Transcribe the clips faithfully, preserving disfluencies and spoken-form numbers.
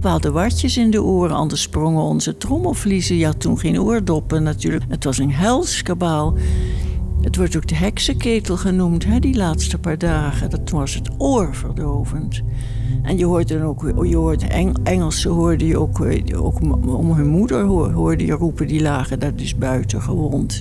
We hadden watjes in de oren, anders sprongen onze trommelvliezen. Je had toen geen oordoppen natuurlijk. Het was een helskabaal. Het wordt ook de heksenketel genoemd, hè, die laatste paar dagen. Dat was het oorverdovend. En je hoorde dan ook, je hoorde Eng, Engelsen hoorde je ook, ook om hun moeder hoorde je roepen, die lagen daar dus buiten gewond.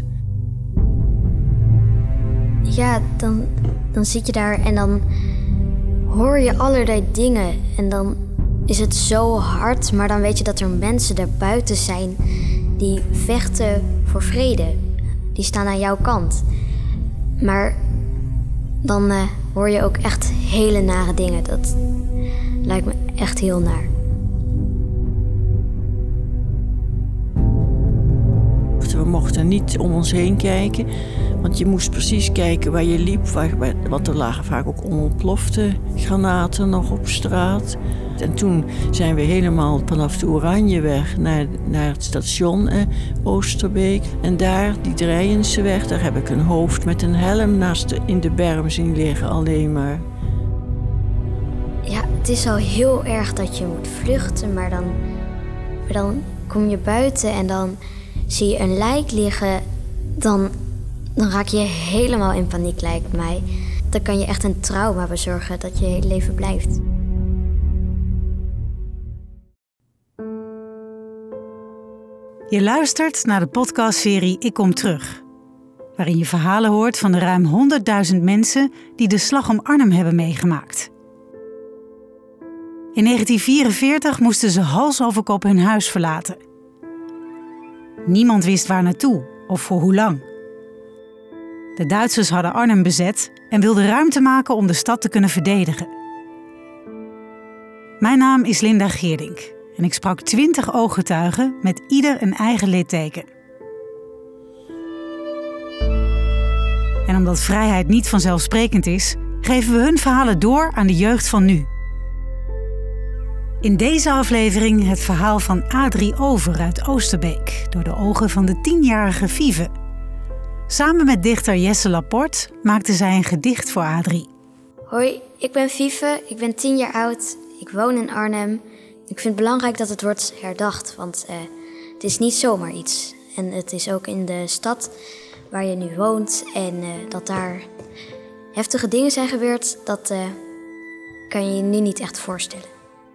Ja, dan, dan zit je daar en dan hoor je allerlei dingen. En dan is het zo hard, maar dan weet je dat er mensen daar buiten zijn die vechten voor vrede. Die staan aan jouw kant. Maar dan uh, hoor je ook echt hele nare dingen. Dat lijkt me echt heel naar. We mochten niet om ons heen kijken, want je moest precies kijken waar je liep. Waar, waar, want er lagen vaak ook onontplofte granaten nog op straat. En toen zijn we helemaal vanaf de Oranjeweg naar, naar het station eh, Oosterbeek. En daar, die Drijenseweg, daar heb ik een hoofd met een helm naast de, in de berm zien liggen alleen maar. Ja, het is al heel erg dat je moet vluchten, maar dan, maar dan kom je buiten en dan zie je een lijk liggen. Dan, dan raak je helemaal in paniek, lijkt mij. Dan kan je echt een trauma bezorgen dat je hele leven blijft. Je luistert naar de podcastserie Ik Kom Terug, waarin je verhalen hoort van de ruim honderdduizend mensen die de Slag om Arnhem hebben meegemaakt. In negentien vierenveertig moesten ze hals over kop hun huis verlaten. Niemand wist waar naartoe of voor hoe lang. De Duitsers hadden Arnhem bezet en wilden ruimte maken om de stad te kunnen verdedigen. Mijn naam is Linda Geerdink en ik sprak twintig ooggetuigen met ieder een eigen litteken. En omdat vrijheid niet vanzelfsprekend is, geven we hun verhalen door aan de jeugd van nu. In deze aflevering het verhaal van Adrie Over uit Oosterbeek door de ogen van de tienjarige Vive. Samen met dichter Jesse Laporte maakte zij een gedicht voor Adrie. Hoi, ik ben Vive, ik ben tien jaar oud, ik woon in Arnhem. Ik vind het belangrijk dat het wordt herdacht, want uh, het is niet zomaar iets. En het is ook in de stad waar je nu woont en uh, dat daar heftige dingen zijn gebeurd, dat uh, kan je je nu niet echt voorstellen.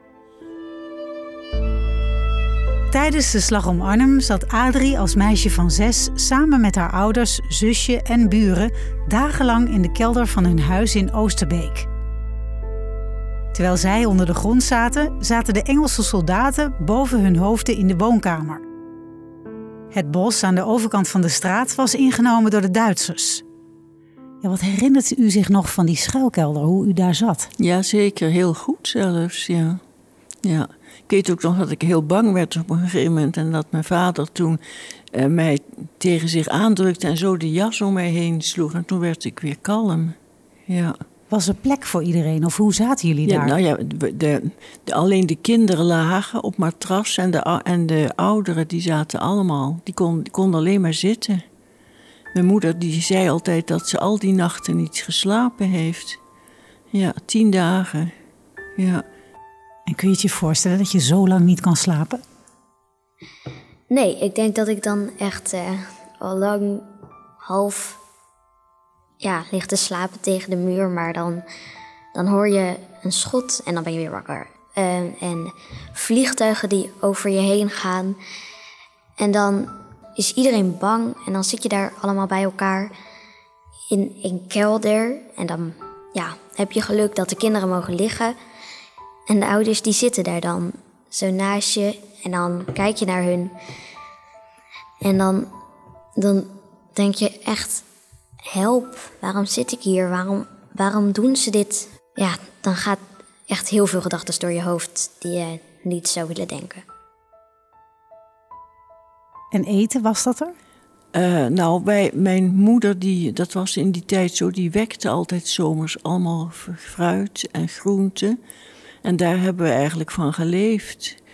Tijdens de Slag om Arnhem zat Adrie als meisje van zes samen met haar ouders, zusje en buren dagenlang in de kelder van hun huis in Oosterbeek. Terwijl zij onder de grond zaten, zaten de Engelse soldaten boven hun hoofden in de woonkamer. Het bos aan de overkant van de straat was ingenomen door de Duitsers. Ja, wat herinnert u zich nog van die schuilkelder, hoe u daar zat? Ja, zeker. Heel goed zelfs, ja. Ja. Ik weet ook nog dat ik heel bang werd op een gegeven moment en dat mijn vader toen uh, mij tegen zich aandrukte en zo de jas om mij heen sloeg. En toen werd ik weer kalm. Ja. Was er plek voor iedereen of hoe zaten jullie ja, daar? Nou ja, de, de, alleen de kinderen lagen op matras en de, en de ouderen die zaten allemaal. Die konden die kon alleen maar zitten. Mijn moeder die zei altijd dat ze al die nachten niet geslapen heeft. Ja, tien dagen. Ja. En kun je het je voorstellen dat je zo lang niet kan slapen? Nee, ik denk dat ik dan echt uh, al lang half ja, lig te slapen tegen de muur. Maar dan, dan hoor je een schot en dan ben je weer wakker. Uh, en vliegtuigen die over je heen gaan. En dan is iedereen bang en dan zit je daar allemaal bij elkaar in een kelder. En dan ja, heb je geluk dat de kinderen mogen liggen. En de ouders die zitten daar dan zo naast je en dan kijk je naar hun. En dan, dan denk je echt, help, waarom zit ik hier? Waarom, waarom doen ze dit? Ja, dan gaat echt heel veel gedachten door je hoofd die je niet zou willen denken. En eten, was dat er? Uh, nou, bij mijn moeder, die, dat was in die tijd zo, die wekte altijd zomers allemaal fruit en groenten. En daar hebben we eigenlijk van geleefd.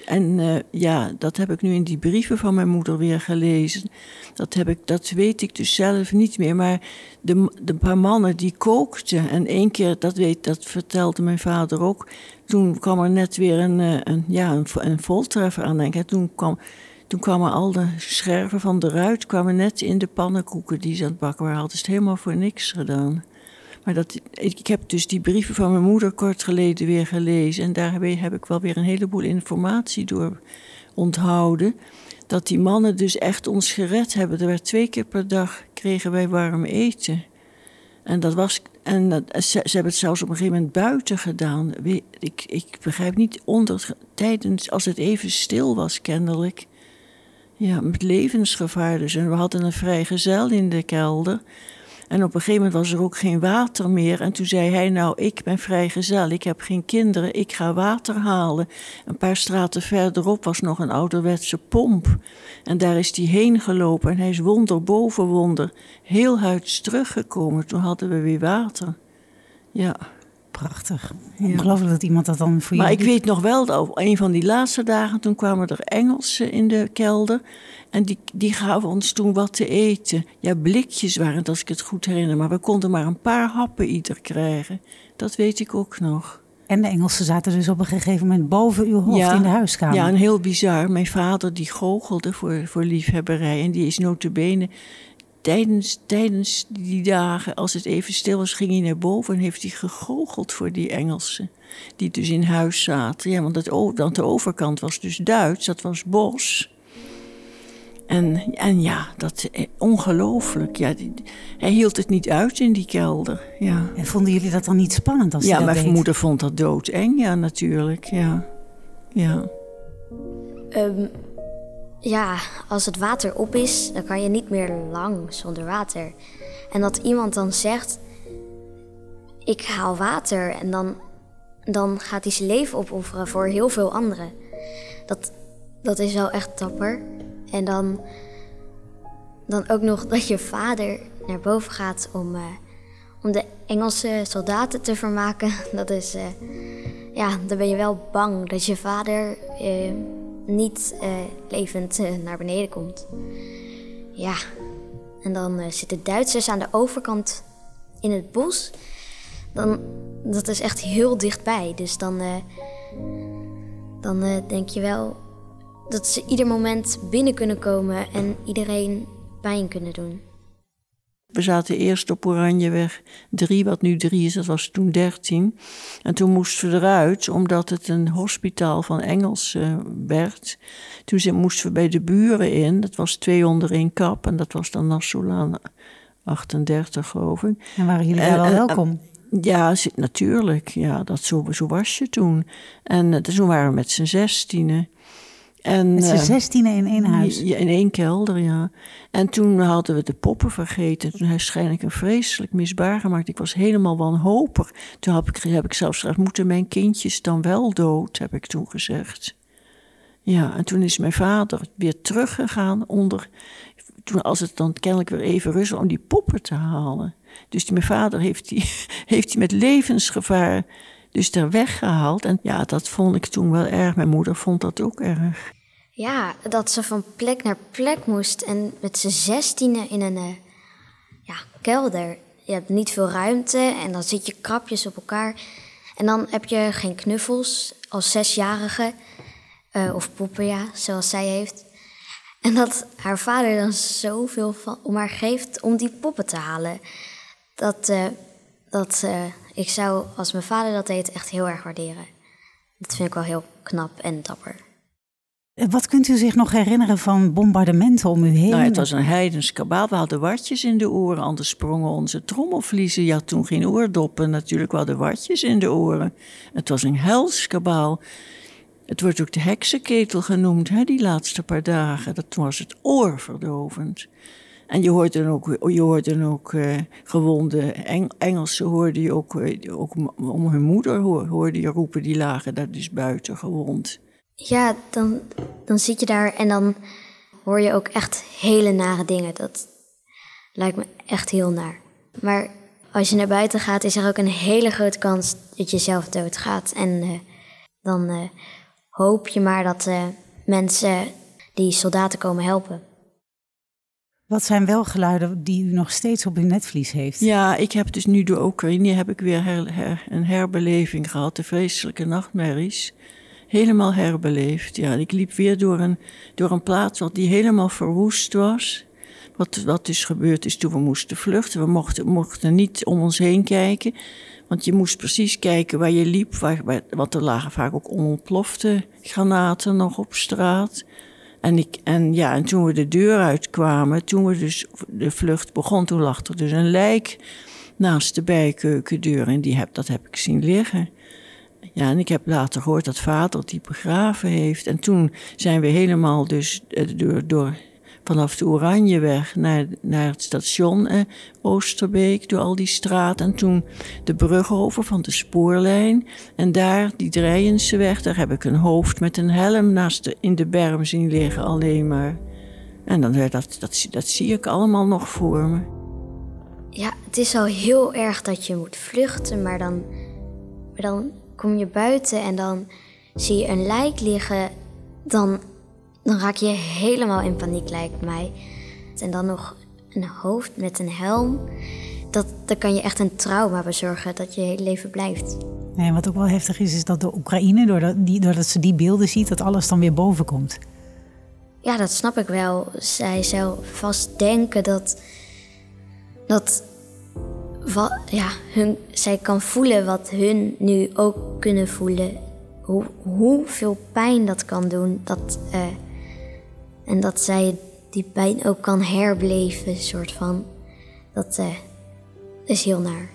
En uh, ja, dat heb ik nu in die brieven van mijn moeder weer gelezen. Dat, heb ik, dat weet ik dus zelf niet meer. Maar de, de paar mannen die kookten. En één keer, dat, weet, dat vertelde mijn vader ook. Toen kwam er net weer een, een, ja, een, een voltreffer aan, denk ik. Toen, kwam, toen kwamen al de scherven van de ruit kwamen net in de pannenkoeken die ze aan het bakken waren. Hadden ze het helemaal voor niks gedaan. Maar dat, ik heb dus die brieven van mijn moeder kort geleden weer gelezen. En daar heb ik wel weer een heleboel informatie door onthouden. Dat die mannen dus echt ons gered hebben. Er werd twee keer per dag kregen wij warm eten. En dat was. En dat, ze, ze hebben het zelfs op een gegeven moment buiten gedaan. Ik, ik begrijp niet onder tijdens als het even stil was, kennelijk. Ja, met levensgevaar dus. En we hadden een vrijgezel in de kelder. En op een gegeven moment was er ook geen water meer. En toen zei hij, nou, ik ben vrijgezel, ik heb geen kinderen, ik ga water halen. Een paar straten verderop was nog een ouderwetse pomp. En daar is hij heen gelopen en hij is wonder boven wonder heel huids teruggekomen. Toen hadden we weer water. Ja. Prachtig. Ja. Ongelooflijk dat iemand dat dan voor je... Maar ik weet nog wel, dat op een van die laatste dagen, toen kwamen er Engelsen in de kelder. En die, die gaven ons toen wat te eten. Ja, blikjes waren het, als ik het goed herinner. Maar we konden maar een paar happen ieder krijgen. Dat weet ik ook nog. En de Engelsen zaten dus op een gegeven moment boven uw hoofd ja, in de huiskamer. Ja, en heel bizar. Mijn vader die goochelde voor, voor liefhebberij. En die is nota bene... Tijdens, tijdens die dagen, als het even stil was, ging hij naar boven en heeft hij gegoocheld voor die Engelsen. Die dus in huis zaten. Ja, want, het, want de overkant was dus Duits, dat was bos. En, en ja, dat ongelooflijk. Ja, die, hij hield het niet uit in die kelder. Ja. En vonden jullie dat dan niet spannend als ja, hij dat mijn deed? moeder vond dat doodeng, ja, natuurlijk. Ja. Ja. Um, ja, als het water op is, dan kan je niet meer lang zonder water. En dat iemand dan zegt, ik haal water en dan, dan gaat hij zijn leven opofferen voor heel veel anderen. Dat, dat is wel echt dapper. En dan, dan ook nog dat je vader naar boven gaat om, uh, om de Engelse soldaten te vermaken. Dat is, uh, ja, dan ben je wel bang dat je vader uh, niet uh, levend uh, naar beneden komt. Ja, en dan uh, zitten Duitsers aan de overkant in het bos. Dan, dat is echt heel dichtbij. Dus dan, uh, dan uh, denk je wel dat ze ieder moment binnen kunnen komen en iedereen pijn kunnen doen. We zaten eerst op Oranjeweg drie, wat nu drie is, dat was toen dertien. En toen moesten we eruit, omdat het een hospitaal van Engels uh, werd. Toen moesten we bij de buren in, dat was twee onder één kap. En dat was dan Nassaulaan achtendertig, geloof ik. En waren jullie daar wel welkom? Ja, natuurlijk. Ja, dat, zo, zo was je toen. En uh, toen waren we met z'n zestienen. En, met z'n zestienen in één huis? Ja, in één kelder, ja. En toen hadden we de poppen vergeten. Toen heeft waarschijnlijk een vreselijk misbaar gemaakt. Ik was helemaal wanhopig. Toen heb ik, heb ik zelfs gezegd, moeten mijn kindjes dan wel dood, heb ik toen gezegd. Ja, en toen is mijn vader weer teruggegaan onder... Toen als het dan kennelijk weer even rustig om die poppen te halen. Dus die, mijn vader heeft die, heeft die met levensgevaar dus daar weggehaald. En ja, dat vond ik toen wel erg. Mijn moeder vond dat ook erg. Ja, dat ze van plek naar plek moest. En met z'n zestienen in een uh, ja, kelder. Je hebt niet veel ruimte en dan zit je krapjes op elkaar. En dan heb je geen knuffels als zesjarige. Uh, of poppen, ja, zoals zij heeft. En dat haar vader dan zoveel van, om haar geeft om die poppen te halen. Dat, uh, dat uh, ik zou, als mijn vader dat deed, echt heel erg waarderen. Dat vind ik wel heel knap en dapper. Wat kunt u zich nog herinneren van bombardementen om u heen? Nou, het was een heidens kabaal. We hadden watjes in de oren, anders sprongen onze trommelvliezen. Je had toen geen oordoppen, natuurlijk. We hadden watjes in de oren. Het was een hels kabaal. Het wordt ook de heksenketel genoemd, hè, die laatste paar dagen. Dat was het oorverdovend. En je hoorde dan ook, je hoorde dan ook uh, gewonde Eng- Engelsen, hoorde je ook, uh, ook om hun moeder hoorde je roepen, die lagen daar dus buiten gewond. Ja, dan, dan zit je daar en dan hoor je ook echt hele nare dingen. Dat lijkt me echt heel naar. Maar als je naar buiten gaat, is er ook een hele grote kans dat je zelf doodgaat. En uh, dan uh, hoop je maar dat uh, mensen die soldaten komen helpen. Wat zijn wel geluiden die u nog steeds op uw netvlies heeft? Ja, ik heb dus nu door Oekraïne heb ik weer her, her, een herbeleving gehad. De vreselijke nachtmerries. Helemaal herbeleefd. Ja, ik liep weer door een, door een plaats wat die helemaal verwoest was. Wat, wat dus gebeurd is toen we moesten vluchten. We mochten, mochten niet om ons heen kijken. Want je moest precies kijken waar je liep. Waar, waar, want er lagen vaak ook onontplofte granaten nog op straat. En, ik, en, ja, en toen we de deur uitkwamen, toen we dus de vlucht begon, toen lag er dus een lijk naast de bijkeukendeur. En die heb, dat heb ik zien liggen. Ja, en ik heb later gehoord dat vader die begraven heeft. En toen zijn we helemaal dus door, door, vanaf de Oranjeweg naar, naar het station eh, Oosterbeek, door al die straten. En toen de brug over van de spoorlijn. En daar, die Drijenseweg, daar heb ik een hoofd met een helm naast de, in de berm zien liggen alleen maar. En dan, dat, dat, dat, dat zie ik allemaal nog voor me. Ja, het is al heel erg dat je moet vluchten, maar dan, maar dan kom je buiten en dan zie je een lijk liggen. Dan, dan raak je helemaal in paniek, lijkt mij. En dan nog een hoofd met een helm. Dat, dat kan je echt een trauma bezorgen dat je hele leven blijft. Nee, wat ook wel heftig is, is dat de Oekraïne, doordat, die, doordat ze die beelden ziet, dat alles dan weer boven komt. Ja, dat snap ik wel. Zij zou vast denken dat... dat wat, ja, hun, zij kan voelen wat hun nu ook kunnen voelen. Hoe, hoeveel pijn dat kan doen. Dat, uh, en dat zij die pijn ook kan herbeleven, soort van. Dat uh, is heel naar.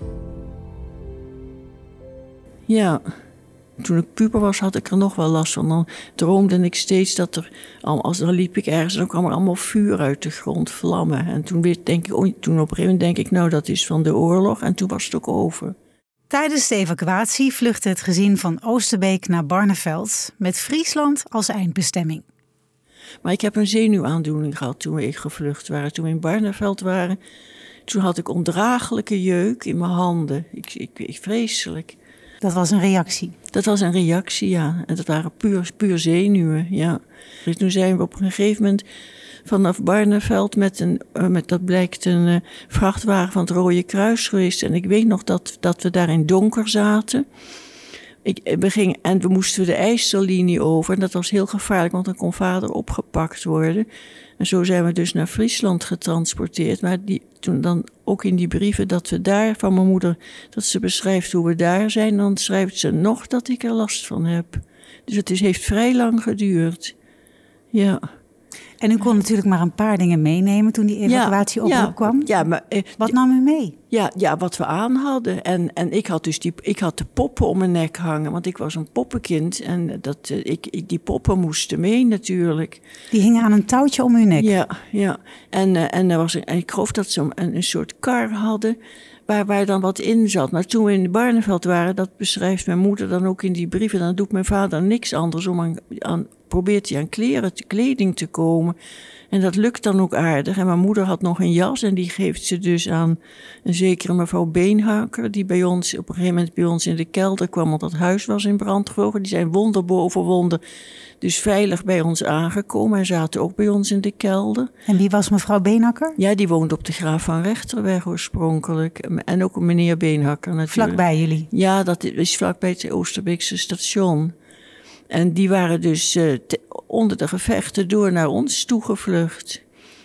Ja, toen ik puber was had ik er nog wel last van. Dan droomde ik steeds dat er, als dan liep ik ergens en dan kwam er allemaal vuur uit de grond, vlammen. En toen, weer, denk ik, toen op een gegeven moment denk ik, nou dat is van de oorlog. En toen was het ook over. Tijdens de evacuatie vluchtte het gezin van Oosterbeek naar Barneveld met Friesland als eindbestemming. Maar ik heb een zenuwaandoening gehad toen we gevlucht waren. Toen we in Barneveld waren, toen had ik ondraaglijke jeuk in mijn handen. Ik, ik, ik, vreselijk. Dat was een reactie? Dat was een reactie, ja. En dat waren puur, puur zenuwen, ja. Dus toen zijn we op een gegeven moment vanaf Barneveld met een, met, dat blijkt een uh, vrachtwagen van het Rode Kruis geweest. En ik weet nog dat, dat we daar in donker zaten. Ik, we gingen, en we moesten de IJssellinie over. En dat was heel gevaarlijk, want dan kon vader opgepakt worden. En zo zijn we dus naar Friesland getransporteerd. Maar die, toen dan ook in die brieven dat we daar van mijn moeder, dat ze beschrijft hoe we daar zijn, dan schrijft ze nog dat ik er last van heb. Dus het is, heeft vrij lang geduurd. Ja. En u kon natuurlijk maar een paar dingen meenemen toen die evacuatie ja, op kwam. Ja, maar, eh, wat nam u mee? Ja, ja, wat we aan hadden. En, en ik had dus die, ik had de poppen om mijn nek hangen, want ik was een poppenkind. En dat, uh, ik, ik, die poppen moesten mee natuurlijk. Die hingen aan een touwtje om uw nek? Ja, ja. En, uh, en, er was een, en ik geloof dat ze een, een soort kar hadden waar, waar dan wat in zat. Maar toen we in Barneveld waren, dat beschrijft mijn moeder dan ook in die brieven, dan doet mijn vader niks anders om aan, aan probeert hij aan kleren, kleding te komen. En dat lukt dan ook aardig. En mijn moeder had nog een jas en die geeft ze dus aan een zekere mevrouw Beenhakker, die bij ons op een gegeven moment bij ons in de kelder kwam, want dat huis was in brand gevlogen. Die zijn wonder boven wonder dus veilig bij ons aangekomen en zaten ook bij ons in de kelder. En wie was mevrouw Beenhakker? Ja, die woonde op de Graaf van Rechterweg oorspronkelijk. En ook meneer Beenhakker natuurlijk. Vlakbij jullie? Ja, dat is vlakbij het Oosterbeekse station. En die waren dus uh, te, onder de gevechten door naar ons toegevlucht.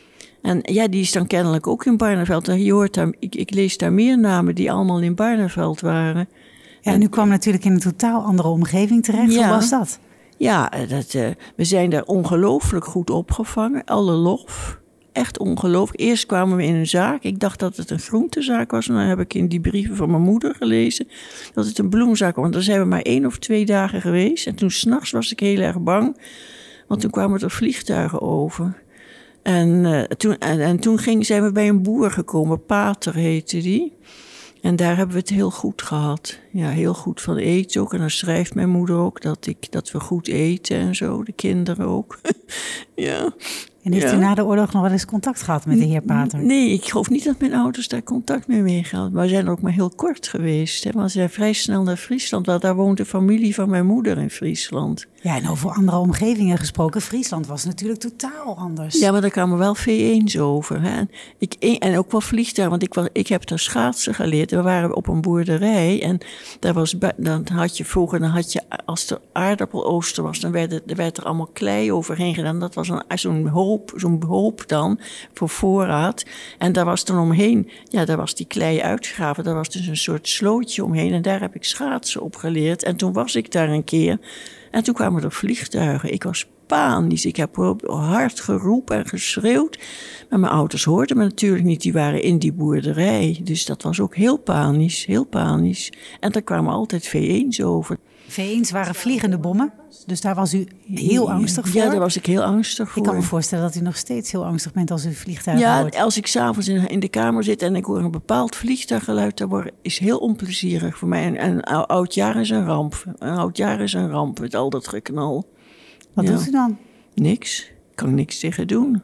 En ja, die is dan kennelijk ook in Barneveld. En je hoort daar, ik, ik lees daar meer namen die allemaal in Barneveld waren. Ja, en u kwam natuurlijk in een totaal andere omgeving terecht. Ja. Hoe was dat? Ja, dat, uh, we zijn daar ongelooflijk goed opgevangen. Alle lof. Echt ongelooflijk. Eerst kwamen we in een zaak. Ik dacht dat het een groentezaak was. En dan heb ik in die brieven van mijn moeder gelezen dat het een bloemzaak was. Want daar zijn we maar één of twee dagen geweest. En toen 's nachts was ik heel erg bang. Want toen kwamen er vliegtuigen over. En, uh, toen, en, en toen ging, zijn we bij een boer gekomen. Pater heette die. En daar hebben we het heel goed gehad. Ja, heel goed van eten ook. En dan schrijft mijn moeder ook dat, ik, dat we goed eten en zo. De kinderen ook. Ja. En heeft Ja. u na de oorlog nog wel eens contact gehad met de heer Pater? Nee, ik geloof niet dat mijn ouders daar contact mee mee hadden. Maar we zijn ook maar heel kort geweest. Hè. Maar ze zijn vrij snel naar Friesland. Want daar woont de familie van mijn moeder in Friesland. Ja, en over andere omgevingen gesproken. Friesland was natuurlijk totaal anders. Ja, maar daar kwamen wel V ééns over. Hè. En, ik, en ook wel vliegtuigen, want ik, was, ik heb daar schaatsen geleerd. We waren op een boerderij en daar was, dan had je vroeger, dan had je, als er aardappelooster was, dan werd, het, er werd er allemaal klei overheen gedaan. Dat was een, zo'n hoop, zo'n hoop dan voor voorraad. En daar was dan omheen, ja, daar was die klei uitgegraven. Daar was dus een soort slootje omheen en daar heb ik schaatsen op geleerd. En toen was ik daar een keer en toen kwamen er vliegtuigen. Ik was panisch. Ik heb hard geroepen en geschreeuwd. Maar mijn ouders hoorden me natuurlijk niet. Die waren in die boerderij. Dus dat was ook heel panisch, heel panisch. En daar kwamen altijd V ééns over. V ééns waren vliegende bommen. Dus daar was u heel angstig voor? Ja, daar was ik heel angstig voor. Ik kan me voorstellen dat u nog steeds heel angstig bent als u vliegtuigen ja, hoort. Ja, als ik s'avonds in, in de kamer zit en ik hoor een bepaald vliegtuiggeluid, dat wordt, is heel onplezierig voor mij. En, en een oud jaar is een ramp. Een oud jaar is een ramp met al dat geknal. Wat ja. doet u dan? Niks. Ik kan niks tegen doen.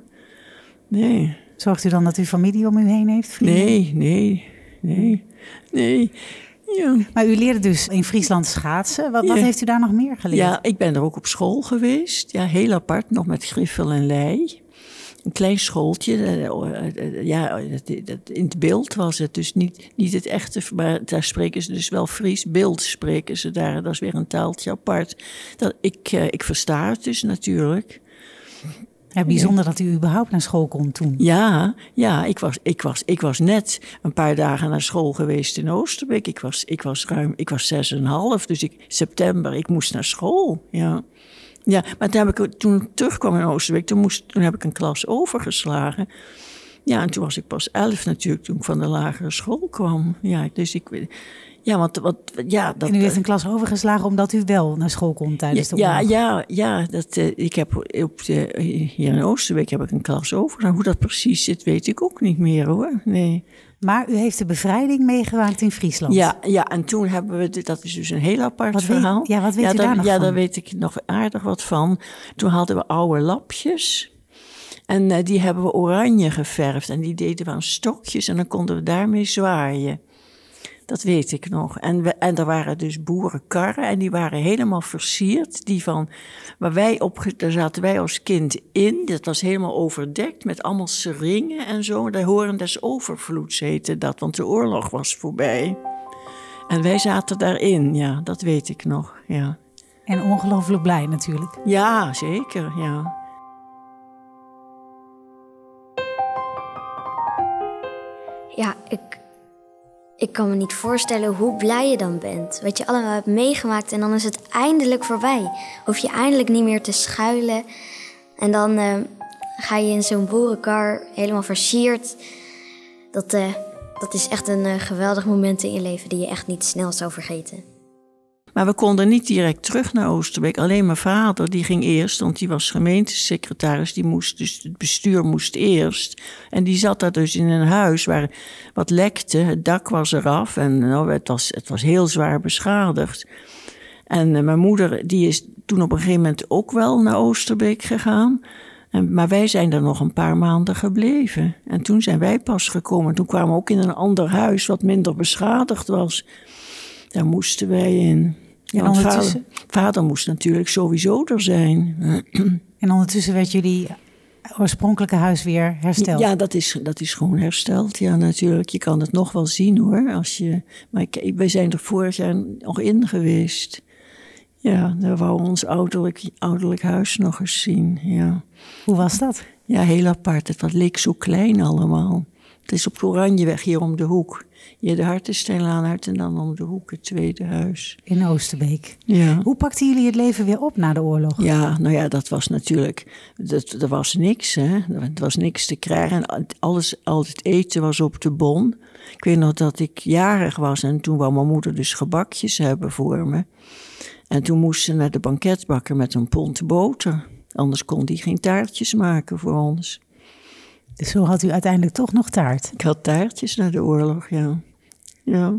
Nee. Zorgt u dan dat uw familie om u heen heeft? Vrienden? Nee, nee, nee, nee. Ja. Maar u leerde dus in Friesland schaatsen. Wat, Ja. wat heeft u daar nog meer geleerd? Ja, ik ben er ook op school geweest. Ja, heel apart, nog met griffel en lei. Een klein schooltje. Ja, in het beeld was het dus niet, niet het echte, maar daar spreken ze dus wel Fries. Beeld spreken ze daar, dat is weer een taaltje apart. Dat, ik, ik versta het dus natuurlijk. Ja, bijzonder dat u überhaupt naar school kon toen. Ja, ja ik, was, ik, was, ik was net een paar dagen naar school geweest in Oosterbeek. Ik was, ik was ruim, ik was zes en half, dus ik, september, ik moest naar school. Ja, ja maar toen, heb ik, toen ik terugkwam in Oosterbeek, toen, moest, toen heb ik een klas overgeslagen. Ja, en toen was ik pas elf natuurlijk, toen ik van de lagere school kwam. Ja, dus ik... Ja, want, wat, ja, dat, en u heeft een klas overgeslagen omdat u wel naar school kon tijdens de ja, oorlog? Ja, ja dat, uh, ik heb op de, hier in Oosterbeek heb ik een klas overgeslagen. Hoe dat precies zit, weet ik ook niet meer hoor. Nee. Maar u heeft de bevrijding meegemaakt in Friesland? Ja, ja, en toen hebben we, dat is dus een heel apart wat verhaal. Weet, ja, wat weet ja, u daar, daar nog ja, van? daar weet ik nog aardig wat van. Toen hadden we oude lapjes. En uh, die hebben we oranje geverfd. En die deden we aan stokjes en dan konden we daarmee zwaaien. Dat weet ik nog. En, we, en er waren dus boerenkarren en die waren helemaal versierd. Die van, waar wij op, daar zaten wij als kind in. Dat was helemaal overdekt met allemaal seringen en zo. De horen des overvloeds heette dat, want de oorlog was voorbij. En wij zaten daarin, ja, dat weet ik nog, ja. En ongelooflijk blij natuurlijk. Ja, zeker, ja. Ja, ik... Ik kan me niet voorstellen hoe blij je dan bent. Wat je allemaal hebt meegemaakt en dan is het eindelijk voorbij. Hoef je eindelijk niet meer te schuilen. En dan uh, ga je in zo'n boerenkar helemaal versierd. Dat, uh, dat is echt een uh, geweldig moment in je leven die je echt niet snel zou vergeten. Maar we konden niet direct terug naar Oosterbeek. Alleen mijn vader, die ging eerst, want die was gemeentesecretaris. Die moest, dus het bestuur moest eerst. En die zat daar dus in een huis waar wat lekte. Het dak was eraf en nou, het, was, het was heel zwaar beschadigd. En uh, mijn moeder, die is toen op een gegeven moment ook wel naar Oosterbeek gegaan. En, maar wij zijn er nog een paar maanden gebleven. En toen zijn wij pas gekomen. Toen kwamen we ook in een ander huis wat minder beschadigd was. Daar moesten wij in. Ja, en ondertussen... vader, vader moest natuurlijk sowieso er zijn. En ondertussen werd jullie oorspronkelijke huis weer hersteld? Ja, dat is, dat is gewoon hersteld. Ja, natuurlijk. Je kan het nog wel zien hoor. Als je, maar ik, wij zijn er vorig jaar nog in geweest. Ja, daar wou ons ouderlijk, ouderlijk huis nog eens zien. Ja. Hoe was dat? Ja, heel apart. Het wat leek zo klein allemaal. Het is op de Oranjeweg hier om de hoek. Je de Hartensteinlaan uit en dan om de hoek het tweede huis. In Oosterbeek. Ja. Hoe pakten jullie het leven weer op na de oorlog? Ja, nou ja, dat was natuurlijk... Dat, er was niks, hè. Er was niks te krijgen. En alles, al het eten was op de bon. Ik weet nog dat ik jarig was en toen wou mijn moeder dus gebakjes hebben voor me. En toen moest ze naar de banketbakker met een pond boter. Anders kon die geen taartjes maken voor ons. Dus zo had u uiteindelijk toch nog taart? Ik had taartjes na de oorlog, ja. Ja.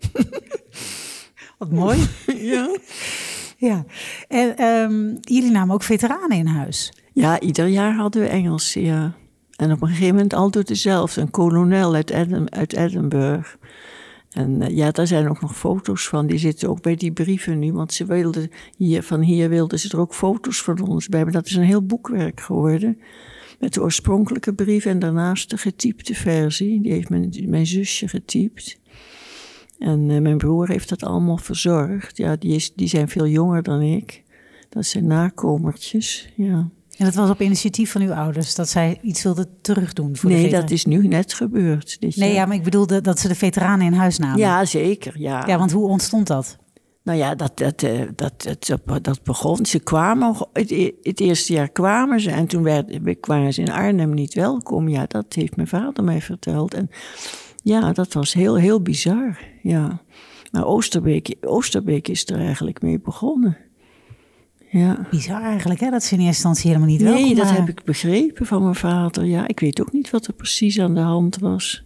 Wat mooi. Ja. Ja. En um, jullie namen ook veteranen in huis. Ja, ieder jaar hadden we Engels, ja. En op een gegeven moment altijd dezelfde. Een kolonel uit, Edin- uit Edinburgh. En uh, ja, daar zijn ook nog foto's van. Die zitten ook bij die brieven nu. Want ze wilden hier, van hier wilden ze er ook foto's van ons bij. Maar dat is een heel boekwerk geworden. Met de oorspronkelijke brief en daarnaast de getypte versie. Die heeft mijn, mijn zusje getypt. En uh, mijn broer heeft dat allemaal verzorgd. Ja, die, is, die zijn veel jonger dan ik. Dat zijn nakomertjes, ja. En dat was op initiatief van uw ouders, dat zij iets wilden terugdoen voor nee, de veteranen? Dat is nu net gebeurd. Dit nee, jaar. ja, maar ik bedoelde dat ze de veteranen in huis namen. Ja, zeker, ja. Ja, want hoe ontstond dat? Nou ja, dat, dat, dat, dat, dat begon. Ze kwamen, het, het eerste jaar kwamen ze en toen werd, kwamen ze in Arnhem niet welkom. Ja, dat heeft mijn vader mij verteld. En ja, dat was heel, heel bizar, ja. Maar Oosterbeek, Oosterbeek is er eigenlijk mee begonnen. Ja. Bizar eigenlijk, hè? Dat ze in eerste instantie helemaal niet welkom Nee, dat waren. heb ik begrepen van mijn vader. Ja, ik weet ook niet wat er precies aan de hand was.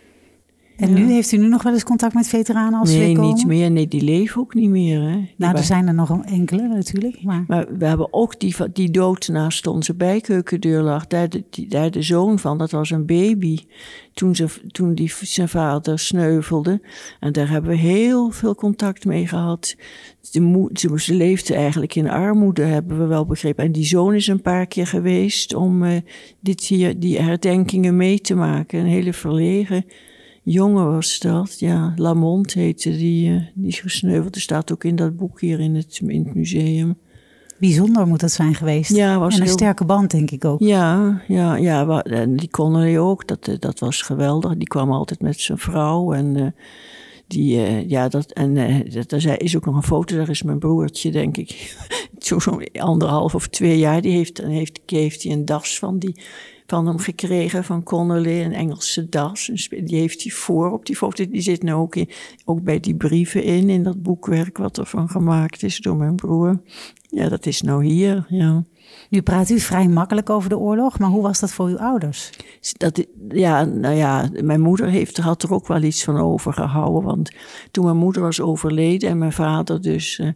En ja. nu, heeft u nu nog wel eens contact met veteranen als ze Nee, weer komen? niet meer. Nee, die leven ook niet meer. Hè. Die Nou, er wa- zijn er nog een enkele natuurlijk. Maar... Maar we hebben ook die, va- die dood naast onze bijkeukendeur lag. Daar de, die, daar de zoon van, dat was een baby. Toen, ze, toen die, zijn vader sneuvelde. En daar hebben we heel veel contact mee gehad. De moe, ze, ze leefde eigenlijk in armoede, hebben we wel begrepen. En die zoon is een paar keer geweest om uh, dit hier, die herdenkingen mee te maken. Een hele verlegen jongen was dat. Ja, Lamont heette die, uh, die is gesneuveld. Er staat ook in dat boek hier in het, in het museum. Bijzonder moet dat zijn geweest. Ja, was en een heel... sterke band, denk ik ook. Ja, ja, ja. wa- En die Connolly ook, dat, eh, dat was geweldig. Die kwam altijd met zijn vrouw. En uh, die, uh, ja, dat, en uh, dat, er is ook nog een foto, daar is mijn broertje, denk ik. Zo'n zo anderhalf of twee jaar, die heeft, heeft, heeft hij een das van, die, van hem gekregen, van Connolly, een Engelse das. Die heeft hij voor op die foto. Die zit nu ook, in, ook bij die brieven in, in dat boekwerk wat er van gemaakt is door mijn broer. Ja, dat is nou hier, ja. Nu praat u vrij makkelijk over de oorlog, maar hoe was dat voor uw ouders? Dat, ja, nou ja, mijn moeder heeft, had er ook wel iets van overgehouden. Want toen mijn moeder was overleden en mijn vader dus uh,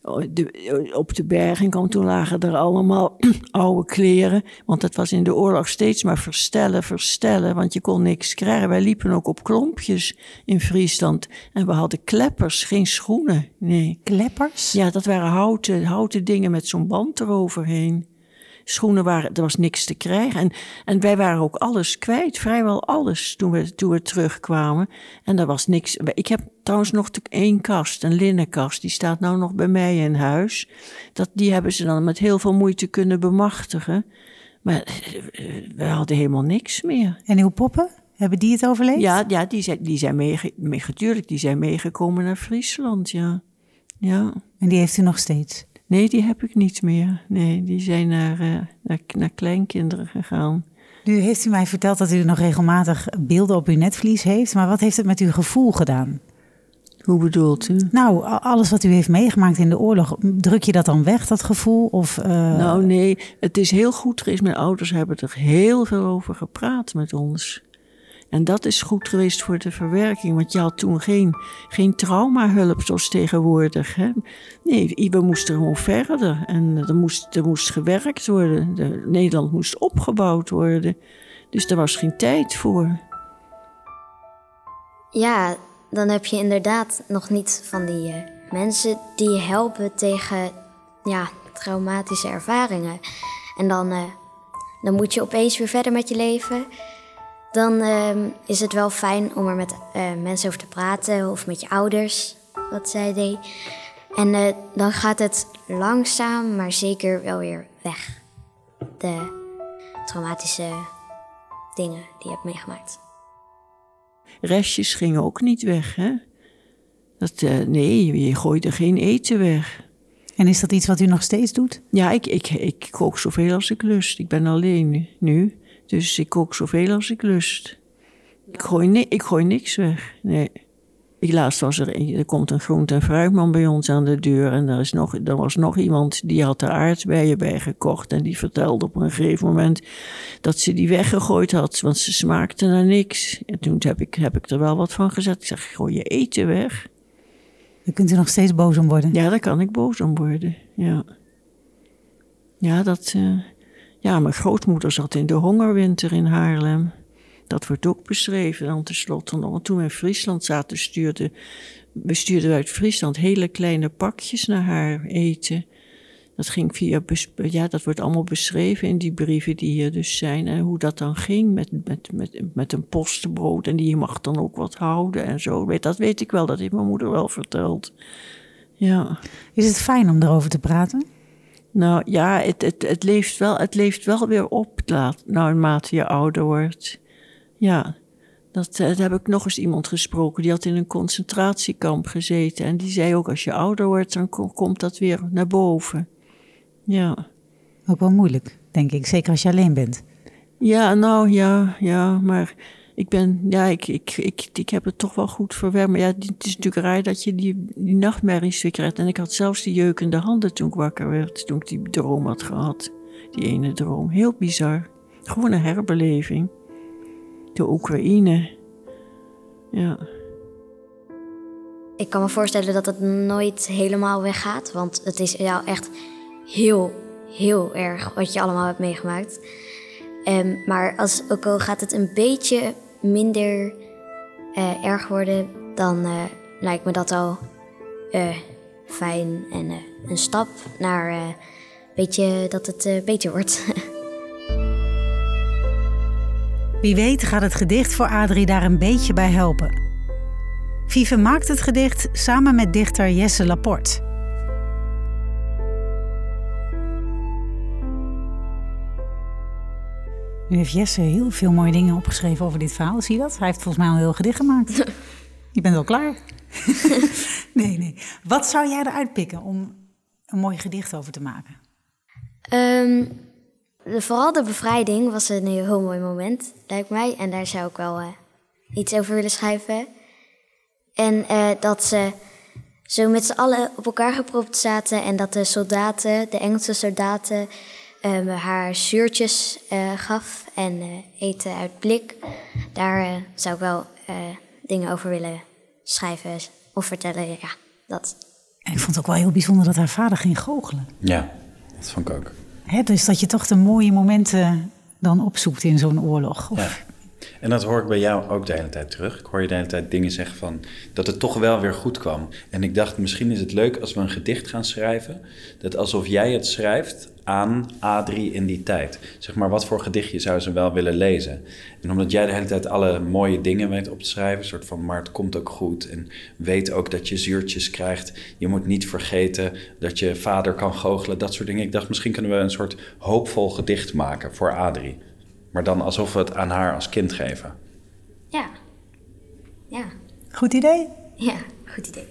de, op de berging kwam, toen lagen er allemaal oude kleren. Want het was in de oorlog steeds maar verstellen, verstellen. Want je kon niks krijgen. Wij liepen ook op klompjes in Friesland. En we hadden kleppers, geen schoenen. Nee. Kleppers? Ja, dat waren houten, houten dingen met zo'n band eroverheen. Schoenen waren, er was niks te krijgen. En, en wij waren ook alles kwijt, vrijwel alles, toen we, toen we terugkwamen. En er was niks. Ik heb trouwens nog één kast, een linnenkast, die staat nou nog bij mij in huis. Dat, die hebben ze dan met heel veel moeite kunnen bemachtigen. Maar we hadden helemaal niks meer. En uw poppen, hebben die het overleefd? Ja, ja die zijn, die zijn meege, mee, natuurlijk, die zijn meegekomen naar Friesland, ja. ja. En die heeft u nog steeds? Nee, die heb ik niet meer. Nee, die zijn naar, uh, naar, naar kleinkinderen gegaan. Nu heeft u mij verteld dat u nog regelmatig beelden op uw netvlies heeft. Maar wat heeft het met uw gevoel gedaan? Hoe bedoelt u? Nou, alles wat u heeft meegemaakt in de oorlog, druk je dat dan weg, dat gevoel? Of, uh... Nou nee, het is heel goed geweest. Mijn ouders hebben er heel veel over gepraat met ons. En dat is goed geweest voor de verwerking. Want je had toen geen, geen traumahulp zoals tegenwoordig. Hè? Nee, we moesten gewoon verder. En er moest, er moest gewerkt worden. De, Nederland moest opgebouwd worden. Dus er was geen tijd voor. Ja, dan heb je inderdaad nog niet van die uh, mensen die je helpen tegen ja, traumatische ervaringen. En dan, uh, dan moet je opeens weer verder met je leven. Dan uh, is het wel fijn om er met uh, mensen over te praten of met je ouders, wat zij deed. En uh, dan gaat het langzaam, maar zeker wel weer weg. De traumatische dingen die je hebt meegemaakt. Restjes gingen ook niet weg, hè? Dat, uh, nee, je gooide geen eten weg. En is dat iets wat u nog steeds doet? Ja, ik, ik, ik kook zoveel als ik lust. Ik ben alleen nu, dus ik kook zoveel als ik lust. Ik gooi, ni- ik gooi niks weg, nee. Ik laatst was er, er komt een groente- en fruitman bij ons aan de deur. En er, is nog, er was nog iemand die had er aardbeien bij gekocht. En die vertelde op een gegeven moment dat ze die weggegooid had. Want ze smaakte naar niks. En toen heb ik, heb ik er wel wat van gezet. Ik zeg, gooi je eten weg. Daar kunt u nog steeds boos om worden. Ja, daar kan ik boos om worden, ja. Ja, dat... Uh, Ja, mijn grootmoeder zat in de hongerwinter in Haarlem. Dat wordt ook beschreven dan tenslotte nog. Want toen we in Friesland zaten, stuurden, we stuurden uit Friesland hele kleine pakjes naar haar eten. Dat ging via, ja, dat wordt allemaal beschreven in die brieven die hier dus zijn. En hoe dat dan ging met, met, met, met een postenbrood. En die mag dan ook wat houden en zo. Dat weet ik wel, dat heeft mijn moeder wel verteld. Ja. Is het fijn om erover te praten? Nou ja, het, het, het, leeft, wel, het leeft wel weer op, nou, naarmate je ouder wordt. Ja, dat, dat heb ik nog eens iemand gesproken. Die had in een concentratiekamp gezeten. En die zei ook, als je ouder wordt, dan kom, komt dat weer naar boven. Ja. Ook wel moeilijk, denk ik. Zeker als je alleen bent. Ja, nou ja, ja, maar ik ben, ja, ik, ik, ik, ik heb het toch wel goed verwerkt. Maar ja, het is natuurlijk raar dat je die, die nachtmerries weer krijgt. En ik had zelfs die jeukende handen toen ik wakker werd. Toen ik die droom had gehad. Die ene droom. Heel bizar. Gewoon een herbeleving. De Oekraïne. Ja. Ik kan me voorstellen dat het nooit helemaal weggaat. Want het is jou echt heel, heel erg wat je allemaal hebt meegemaakt. Um, maar als, ook al gaat het een beetje minder uh, erg worden, dan uh, lijkt me dat al uh, fijn. En uh, een stap naar uh, beetje dat het uh, beter wordt. Wie weet gaat het gedicht voor Adrie daar een beetje bij helpen. Vive maakt het gedicht samen met dichter Jesse Laporte. Nu heeft Jesse heel veel mooie dingen opgeschreven over dit verhaal. Zie je dat? Hij heeft volgens mij al een heel gedicht gemaakt. Je bent al klaar. nee, nee. Wat zou jij eruit pikken om een mooi gedicht over te maken? Um, de, vooral de bevrijding was een heel mooi moment, lijkt mij. En daar zou ik wel uh, iets over willen schrijven. En uh, dat ze zo met z'n allen op elkaar gepropt zaten. En dat de soldaten, de Engelse soldaten, um, haar zuurtjes uh, gaf en uh, eten uit blik. Daar uh, zou ik wel uh, dingen over willen schrijven of vertellen. Ja, dat. En ik vond het ook wel heel bijzonder dat haar vader ging goochelen. Ja, dat vond ik ook. He, dus dat je toch de mooie momenten dan opzoekt in zo'n oorlog. Of... Ja. En dat hoor ik bij jou ook de hele tijd terug. Ik hoor je de hele tijd dingen zeggen van dat het toch wel weer goed kwam. En ik dacht, misschien is het leuk als we een gedicht gaan schrijven. Dat alsof jij het schrijft aan Adrie in die tijd. Zeg maar, wat voor gedichtje zou ze wel willen lezen? En omdat jij de hele tijd alle mooie dingen weet op te schrijven, een soort van, maar het komt ook goed. En weet ook dat je zuurtjes krijgt. Je moet niet vergeten dat je vader kan goochelen, dat soort dingen. Ik dacht, misschien kunnen we een soort hoopvol gedicht maken voor Adrie. Maar dan alsof we het aan haar als kind geven. Ja. Ja. Goed idee? Ja, goed idee.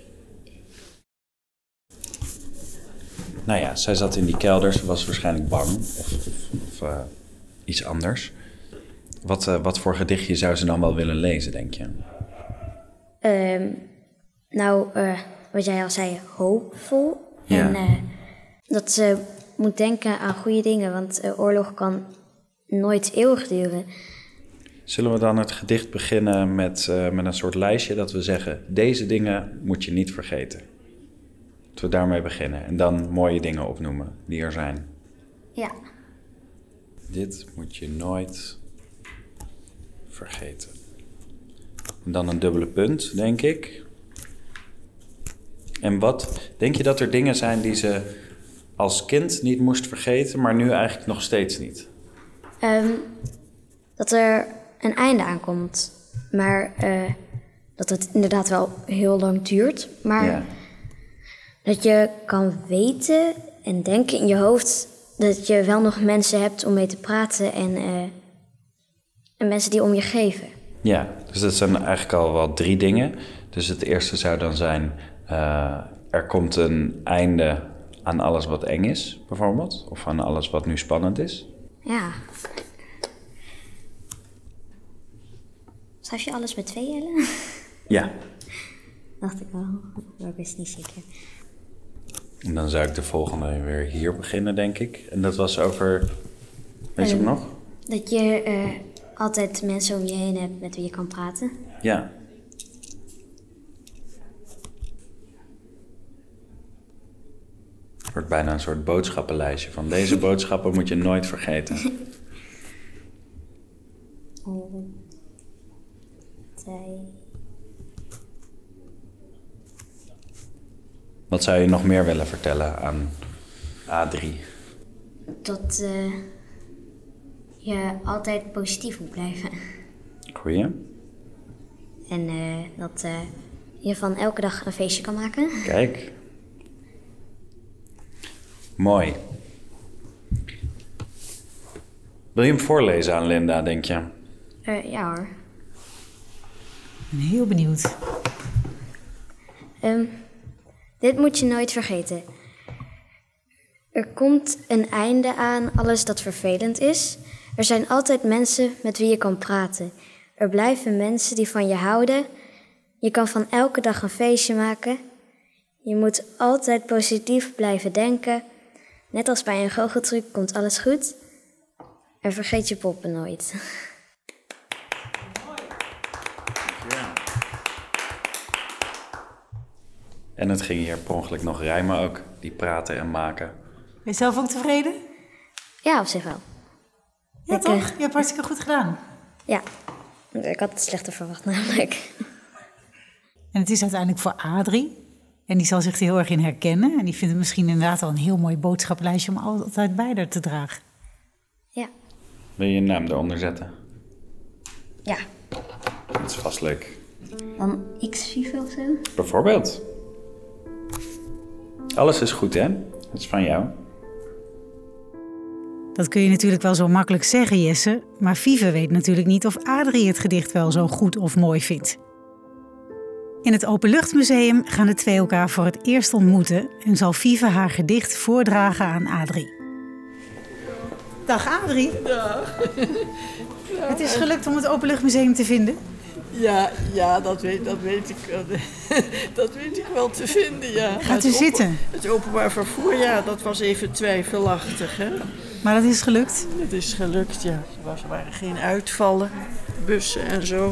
Nou ja, zij zat in die kelder. Ze was waarschijnlijk bang. Of, of, of uh, iets anders. Wat, uh, wat voor gedichtje zou ze dan wel willen lezen, denk je? Um, nou, uh, wat jij al zei, hoopvol. Ja. En uh, dat ze moet denken aan goede dingen. Want uh, oorlog kan nooit eeuwig duren. Zullen we dan het gedicht beginnen met, uh, met een soort lijstje dat we zeggen, deze dingen moet je niet vergeten. Dat we daarmee beginnen en dan mooie dingen opnoemen die er zijn. Ja. Dit moet je nooit vergeten. En dan een dubbele punt, denk ik. En wat, denk je dat er dingen zijn die ze als kind niet moest vergeten, maar nu eigenlijk nog steeds niet? Um, dat er een einde aankomt. Maar uh, dat het inderdaad wel heel lang duurt. Maar Ja. dat je kan weten en denken in je hoofd dat je wel nog mensen hebt om mee te praten en, uh, en mensen die om je geven. Ja, dus dat zijn eigenlijk al wel drie dingen. Dus het eerste zou dan zijn, uh, er komt een einde aan alles wat eng is, bijvoorbeeld. Of aan alles wat nu spannend is. Ja. Schrijf je alles met twee L'en? Ja. Dacht ik wel, maar ik wist niet zeker. En dan zou ik de volgende weer hier beginnen, denk ik. En dat was over, weet je hem Um, nog? Dat je uh, altijd mensen om je heen hebt met wie je kan praten. Ja. Het wordt bijna een soort boodschappenlijstje van deze boodschappen moet je nooit vergeten. Wat zou je nog meer willen vertellen aan A drie? Dat uh, je altijd positief moet blijven. Goeie. En uh, dat uh, je van elke dag een feestje kan maken. Kijk. Mooi. Wil je hem voorlezen aan Linda, denk je? Uh, ja hoor. Ik ben heel benieuwd. Um, dit moet je nooit vergeten. Er komt een einde aan alles dat vervelend is. Er zijn altijd mensen met wie je kan praten. Er blijven mensen die van je houden. Je kan van elke dag een feestje maken. Je moet altijd positief blijven denken. Net als bij een goocheltruc komt alles goed. En vergeet je poppen nooit. En het ging hier per ongeluk nog rijmen ook, die praten en maken. Ben je zelf ook tevreden? Ja, op zich wel. Ja, ik, toch? Uh, je hebt hartstikke goed gedaan. Ja, ik had het slechter verwacht namelijk. En het is uiteindelijk voor Adrie. En die zal zich er heel erg in herkennen. En die vindt het misschien inderdaad al een heel mooi boodschappenlijstje om altijd bij haar te dragen. Ja. Wil je je naam eronder zetten? Ja. Dat is vast leuk. Dan X-Vive of zo? Bijvoorbeeld. Alles is goed, hè? Dat is van jou. Dat kun je natuurlijk wel zo makkelijk zeggen, Jesse. Maar Vive weet natuurlijk niet of Adrie het gedicht wel zo goed of mooi vindt. In het Openluchtmuseum gaan de twee elkaar voor het eerst ontmoeten en zal Vive haar gedicht voordragen aan Adrie. Dag Adrie. Dag. Het is gelukt om het Openluchtmuseum te vinden. Ja, ja dat, weet, dat, weet ik, dat weet ik wel te vinden, ja. Gaat u het zitten? Open, het openbaar vervoer, ja, dat was even twijfelachtig, hè. Maar dat is gelukt? Het is gelukt, ja. Er waren geen uitvallen, bussen en zo.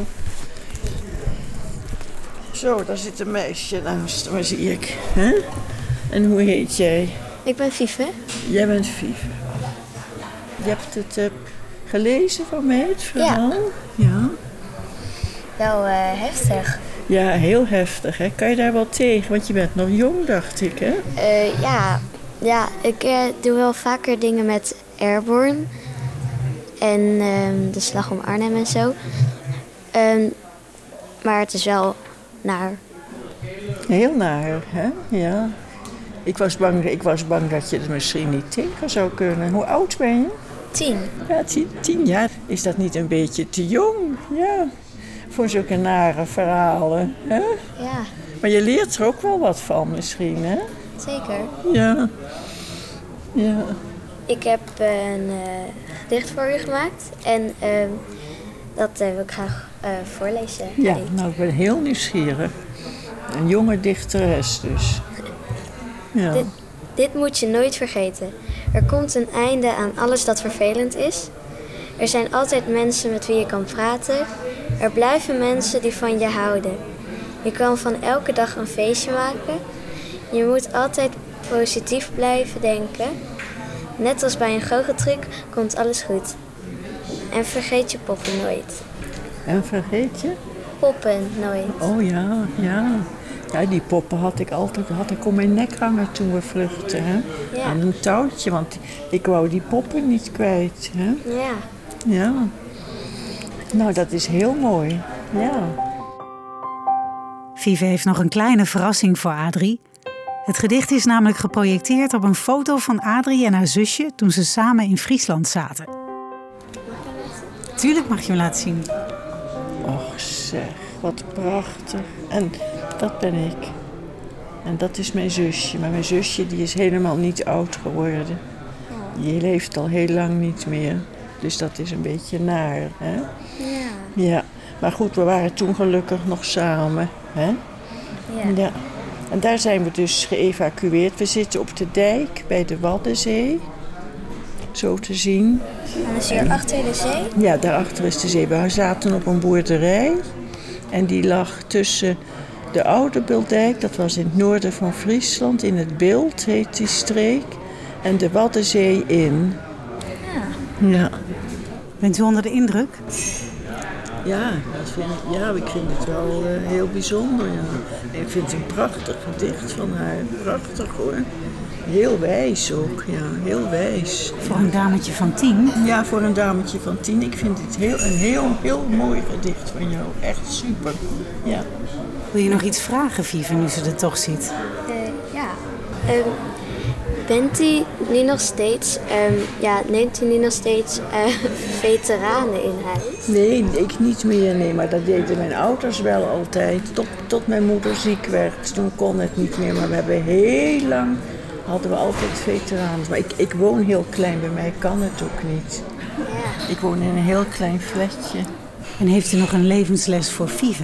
Zo, daar zit een meisje naast me, zie ik. Hè? En hoe heet jij? Ik ben Vive. Jij bent Vive. Je hebt het uh, gelezen van mij, het verhaal? Ja. Ja. Wel uh, heftig. Ja, heel heftig, hè? Kan je daar wel tegen? Want je bent nog jong, dacht ik, hè? Uh, ja. ja, ik uh, doe wel vaker dingen met Airborne. En uh, de Slag om Arnhem en zo. Um, maar het is wel naar. Heel naar, hè? Ja. Ik was bang, ik was bang dat je het misschien niet tegen zou kunnen. Hoe oud ben je? Tien. Ja, tien, tien jaar. Is dat niet een beetje te jong? Ja. Voor zulke nare verhalen, hè? Ja. Maar je leert er ook wel wat van misschien, hè? Zeker. Ja. Ja. Ik heb een uh, gedicht voor u gemaakt. En uh, dat uh, wil ik graag uh, voorlezen. Ja, Hey. nou, ik ben heel nieuwsgierig. Een jonge dichteres dus. Ja. Dit, dit moet je nooit vergeten. Er komt een einde aan alles dat vervelend is. Er zijn altijd mensen met wie je kan praten. Er blijven mensen die van je houden. Je kan van elke dag een feestje maken. Je moet altijd positief blijven denken. Net als bij een goocheltruc komt alles goed. En vergeet je poppen nooit. En vergeet je? Poppen nooit. Oh ja, ja. Ja, die poppen had ik altijd had ik om mijn nek hangen toen we vluchtten. Hè? Ja. Aan een touwtje, want ik wou die poppen niet kwijt. Hè? Ja. Ja. Nou, dat is heel mooi. Ja. Vive heeft nog een kleine verrassing voor Adrie. Het gedicht is namelijk geprojecteerd op een foto van Adrie en haar zusje toen ze samen in Friesland zaten. Tuurlijk mag je hem laten zien. Och zeg, wat prachtig. En dat ben ik. En dat is mijn zusje. Maar mijn zusje die is helemaal niet oud geworden. Die leeft al heel lang niet meer. Dus dat is een beetje naar, hè? Ja. Ja. Maar goed, we waren toen gelukkig nog samen, hè? Ja. Ja. En daar zijn we dus geëvacueerd. We zitten op de dijk bij de Waddenzee. Zo te zien. En is hier achter de zee? Ja, daarachter is de zee. We zaten op een boerderij. En die lag tussen De Oude Bildijk, dat was in het noorden van Friesland. In het Bild heet die streek. En de Waddenzee in. Ja. Ja. Bent u onder de indruk? Ja, dat vind ik, ja, ik vind het wel uh, heel bijzonder. Ja. Ik vind het een prachtig gedicht van haar. Prachtig hoor. Heel wijs ook, ja, heel wijs. Voor een dametje van tien? Ja, voor een dametje van tien. Ik vind het heel, een heel, heel mooi gedicht van jou. Echt super. Ja. Wil je nog iets vragen, Vive, nu ze er toch ziet? Uh, ja. Um, bent u nu nog steeds, um, ja, neemt u nu nog steeds uh, veteranen in huis? Nee, ik niet meer, nee, maar dat deden mijn ouders wel altijd. Tot, tot mijn moeder ziek werd, toen kon het niet meer. Maar we hebben heel lang, hadden we altijd veteranen. Maar ik, ik woon heel klein, bij mij kan het ook niet. Ja. Ik woon in een heel klein flatje. En heeft u nog een levensles voor Vive?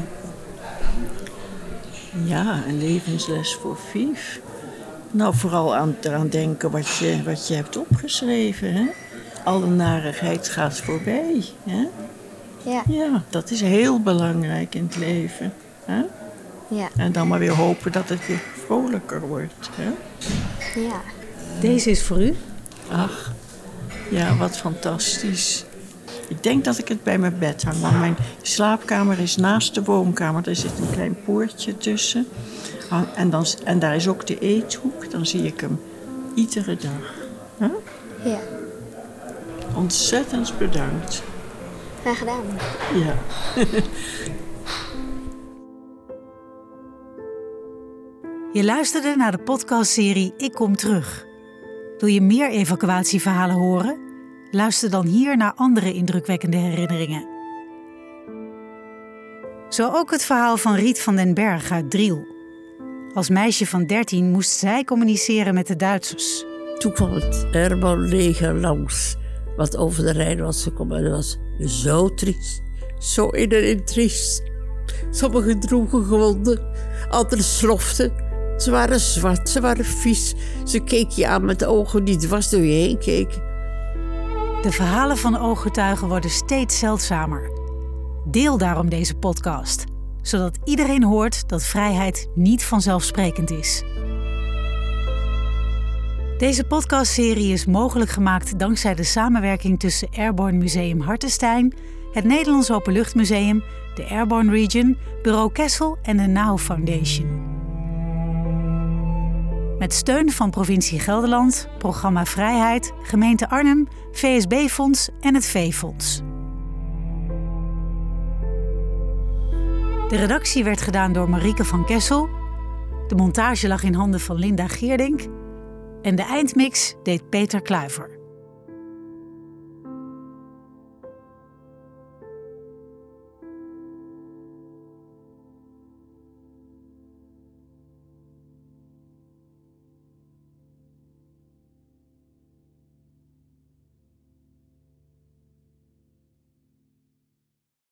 Ja, een levensles voor Vive. Nou, vooral aan, eraan denken wat je, wat je hebt opgeschreven, hè. Alle narigheid gaat voorbij, hè. Ja. Ja, dat is heel belangrijk in het leven, hè. Ja. En dan maar weer hopen dat het weer vrolijker wordt, hè. Ja. Deze is voor u. Ach, ja, wat fantastisch. Ik denk dat ik het bij mijn bed hang, want mijn slaapkamer is naast de woonkamer. Er zit een klein poortje tussen. En, dan, en daar is ook de eethoek. Dan zie ik hem iedere dag. Huh? Ja. Ontzettend bedankt. Graag gedaan. Ja. Je luisterde naar de podcastserie Ik Kom Terug. Wil je meer evacuatieverhalen horen? Luister dan hier naar andere indrukwekkende herinneringen. Zo ook het verhaal van Riet van den Berg uit Driel. Als meisje van dertien moest zij communiceren met de Duitsers. Toen kwam het Airborne leger langs, wat over de Rijn was gekomen. En dat was zo triest, zo inderdaad triest. Sommigen droegen gewonden, anderen sloften. Ze waren zwart, ze waren vies. Ze keken je aan met de ogen die dwars door je heen keken. De verhalen van ooggetuigen worden steeds zeldzamer. Deel daarom deze podcast, zodat iedereen hoort dat vrijheid niet vanzelfsprekend is. Deze podcastserie is mogelijk gemaakt dankzij de samenwerking tussen Airborne Museum Hartenstein, het Nederlands Openluchtmuseum, de Airborne Region, Bureau Kessel en de N A U Foundation. Met steun van Provincie Gelderland, Programma Vrijheid, Gemeente Arnhem, V S B-fonds en het V-fonds. De redactie werd gedaan door Marieke van Kessel. De montage lag in handen van Linda Geerdink. En de eindmix deed Peter Kluiver.